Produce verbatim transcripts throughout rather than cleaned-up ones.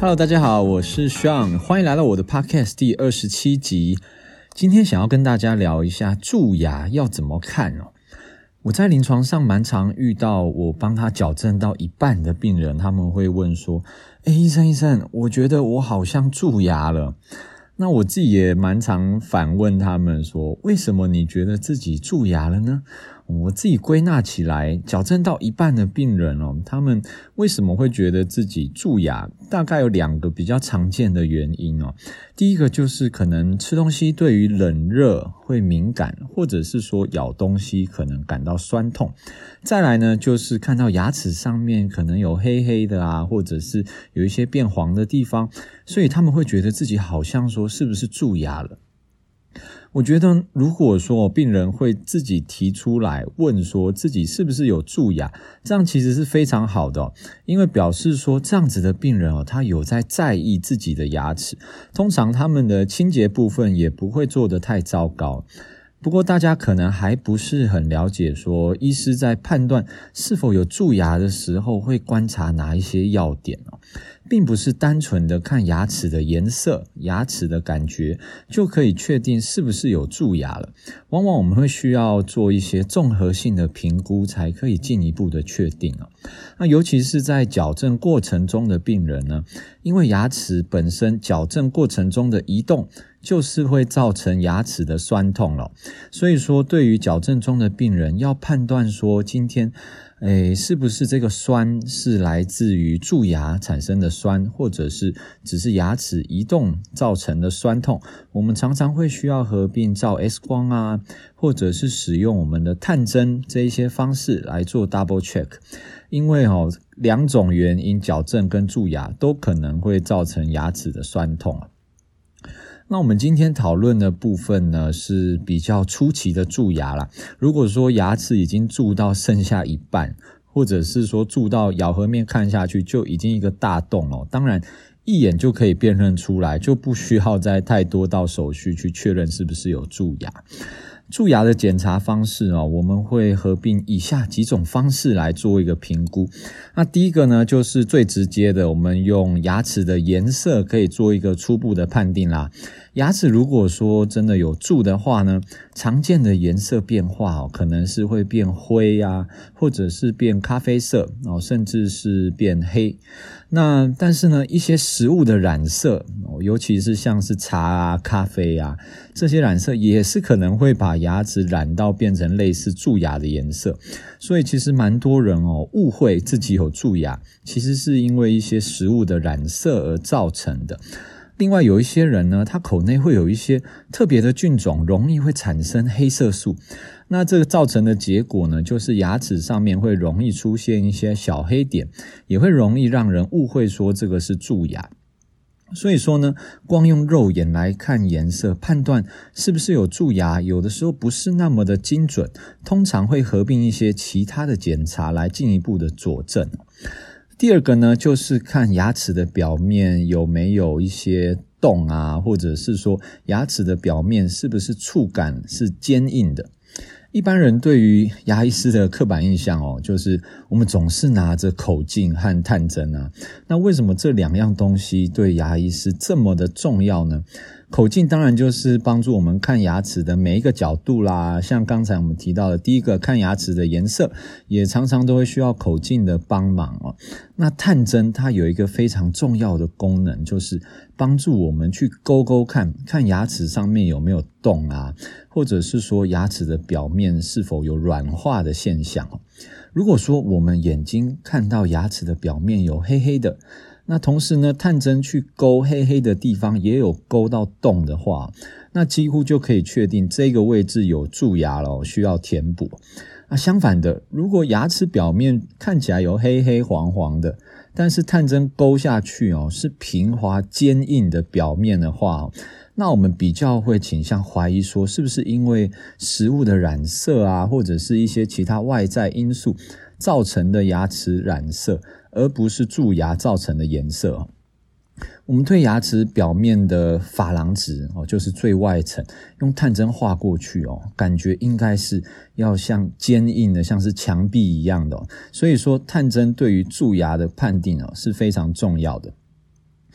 Hello， 大家好，我是 Sean， 欢迎来到我的 Podcast 第二十七集。今天想要跟大家聊一下蛀牙要怎么看哦。我在临床上蛮常遇到我帮他矫正到一半的病人，他们会问说：诶，医生医生，我觉得我好像蛀牙了。那我自己也蛮常反问他们说，为什么你觉得自己蛀牙了呢？我自己归纳起来，矫正到一半的病人哦，他们为什么会觉得自己蛀牙？大概有两个比较常见的原因哦。第一个就是可能吃东西对于冷热会敏感，或者是说咬东西可能感到酸痛。再来呢，就是看到牙齿上面可能有黑黑的啊，或者是有一些变黄的地方，所以他们会觉得自己好像说是不是蛀牙了。我觉得如果说病人会自己提出来问说自己是不是有蛀牙，这样其实是非常好的哦，因为表示说这样子的病人哦，他有在在意自己的牙齿，通常他们的清洁部分也不会做得太糟糕。不过大家可能还不是很了解说医师在判断是否有蛀牙的时候会观察哪一些要点哦，并不是单纯的看牙齿的颜色、牙齿的感觉就可以确定是不是有蛀牙了。往往我们会需要做一些综合性的评估才可以进一步的确定哦。那尤其是在矫正过程中的病人呢，因为牙齿本身矫正过程中的移动就是会造成牙齿的酸痛了，所以说对于矫正中的病人要判断说今天诶，是不是这个酸是来自于蛀牙产生的酸，或者是只是牙齿移动造成的酸痛，我们常常会需要合并照 X 光啊，或者是使用我们的探针这一些方式来做 double check。因为哦，两种原因矫正跟蛀牙都可能会造成牙齿的酸痛啊。那我们今天讨论的部分呢，是比较初期的蛀牙啦。如果说牙齿已经蛀到剩下一半，或者是说蛀到咬合面看下去就已经一个大洞了，当然一眼就可以辨认出来，就不需要再太多道手续去确认是不是有蛀牙。蛀牙的检查方式哦，我们会合并以下几种方式来做一个评估。那第一个呢，就是最直接的，我们用牙齿的颜色可以做一个初步的判定啦。牙齿如果说真的有蛀的话呢，常见的颜色变化哦，可能是会变灰啊，或者是变咖啡色哦，甚至是变黑。那但是呢，一些食物的染色哦，尤其是像是茶啊、咖啡啊，这些染色也是可能会把牙齿染到变成类似蛀牙的颜色。所以其实蛮多人哦误会自己有蛀牙，其实是因为一些食物的染色而造成的。另外有一些人呢，他口内会有一些特别的菌种，容易会产生黑色素。那这个造成的结果呢，就是牙齿上面会容易出现一些小黑点，也会容易让人误会说这个是蛀牙。所以说呢，光用肉眼来看颜色判断是不是有蛀牙，有的时候不是那么的精准，通常会合并一些其他的检查来进一步的佐证。第二个呢，就是看牙齿的表面有没有一些洞啊，或者是说牙齿的表面是不是触感是坚硬的。一般人对于牙医师的刻板印象哦，就是我们总是拿着口径和探针啊。那为什么这两样东西对牙医师这么的重要呢？口径当然就是帮助我们看牙齿的每一个角度啦，像刚才我们提到的第一个看牙齿的颜色，也常常都会需要口径的帮忙哦。那探针它有一个非常重要的功能，就是帮助我们去勾勾看看牙齿上面有没有洞啊，或者是说牙齿的表面是否有软化的现象哦。如果说我们眼睛看到牙齿的表面有黑黑的，那同时呢，探针去勾黑黑的地方也有勾到洞的话，那几乎就可以确定这个位置有蛀牙了，需要填补。那相反的，如果牙齿表面看起来有黑黑黄黄的，但是探针勾下去哦，是平滑坚硬的表面的话，那我们比较会倾向怀疑说，是不是因为食物的染色啊，或者是一些其他外在因素造成的牙齿染色，而不是蛀牙造成的颜色。我们对牙齿表面的珐琅质哦，就是最外层，用探针划过去哦，感觉应该是要像坚硬的，像是墙壁一样的哦。所以说，探针对于蛀牙的判定哦是非常重要的。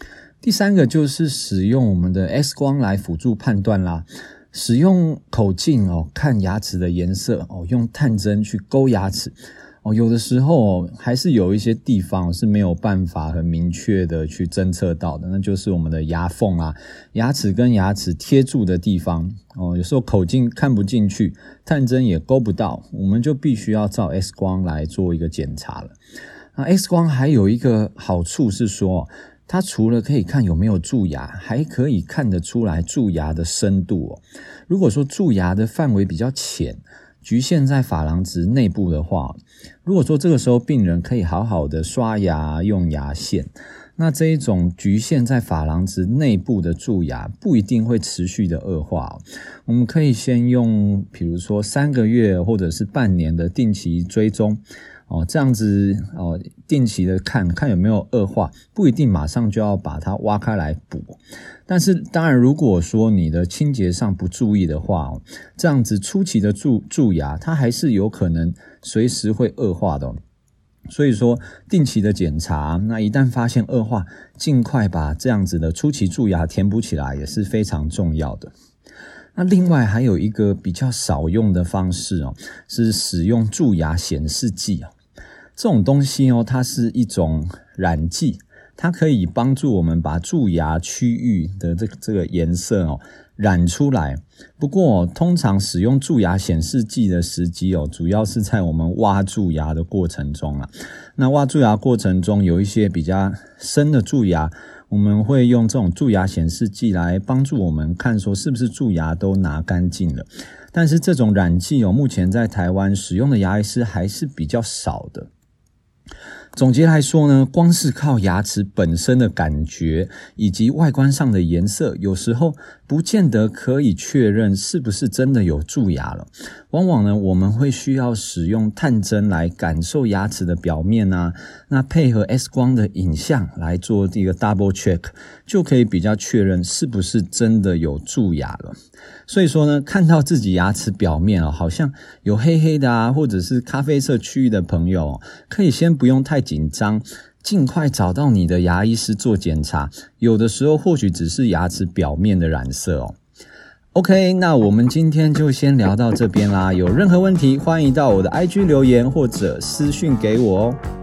第三个就是使用我们的 X 光来辅助判断啦，使用口径哦看牙齿的颜色哦，用探针去勾牙齿哦，有的时候还是有一些地方是没有办法很明确的去侦测到的，那就是我们的牙缝啊，牙齿跟牙齿贴住的地方哦，有时候口径看不进去，探针也勾不到，我们就必须要照 X 光来做一个检查了。那 X 光还有一个好处是说，它除了可以看有没有蛀牙，还可以看得出来蛀牙的深度哦。如果说蛀牙的范围比较浅，局限在珐琅质内部的话，如果说这个时候病人可以好好的刷牙用牙线，那这一种局限在珐琅质内部的蛀牙不一定会持续的恶化哦。我们可以先用比如说三个月或者是半年的定期追踪哦，这样子哦，定期的看看有没有恶化，不一定马上就要把它挖开来补。但是当然如果说你的清洁上不注意的话，这样子初期的蛀蛀牙它还是有可能随时会恶化的哦。所以说定期的检查，那一旦发现恶化，尽快把这样子的初期蛀牙填补起来也是非常重要的。那另外还有一个比较少用的方式哦，是使用蛀牙显示剂哦。这种东西哦，它是一种染剂，它可以帮助我们把蛀牙区域的这个这个颜色哦染出来。不过、哦、通常使用蛀牙显示剂的时机哦，主要是在我们挖蛀牙的过程中啦。那挖蛀牙过程中有一些比较深的蛀牙，我们会用这种蛀牙显示剂来帮助我们看说是不是蛀牙都拿干净了。但是这种染剂哦，目前在台湾使用的牙医师还是比较少的。总结来说呢，光是靠牙齿本身的感觉以及外观上的颜色，有时候不见得可以确认是不是真的有蛀牙了。往往呢，我们会需要使用探针来感受牙齿的表面啊，那配合 X 光的影像来做一个 double check， 就可以比较确认是不是真的有蛀牙了。所以说呢，看到自己牙齿表面哦，好像有黑黑的啊，或者是咖啡色区域的朋友，可以先不用太紧张，尽快找到你的牙医师做检查，有的时候或许只是牙齿表面的染色哦。OK， 那我们今天就先聊到这边啦，有任何问题欢迎到我的 I G 留言或者私讯给我哦。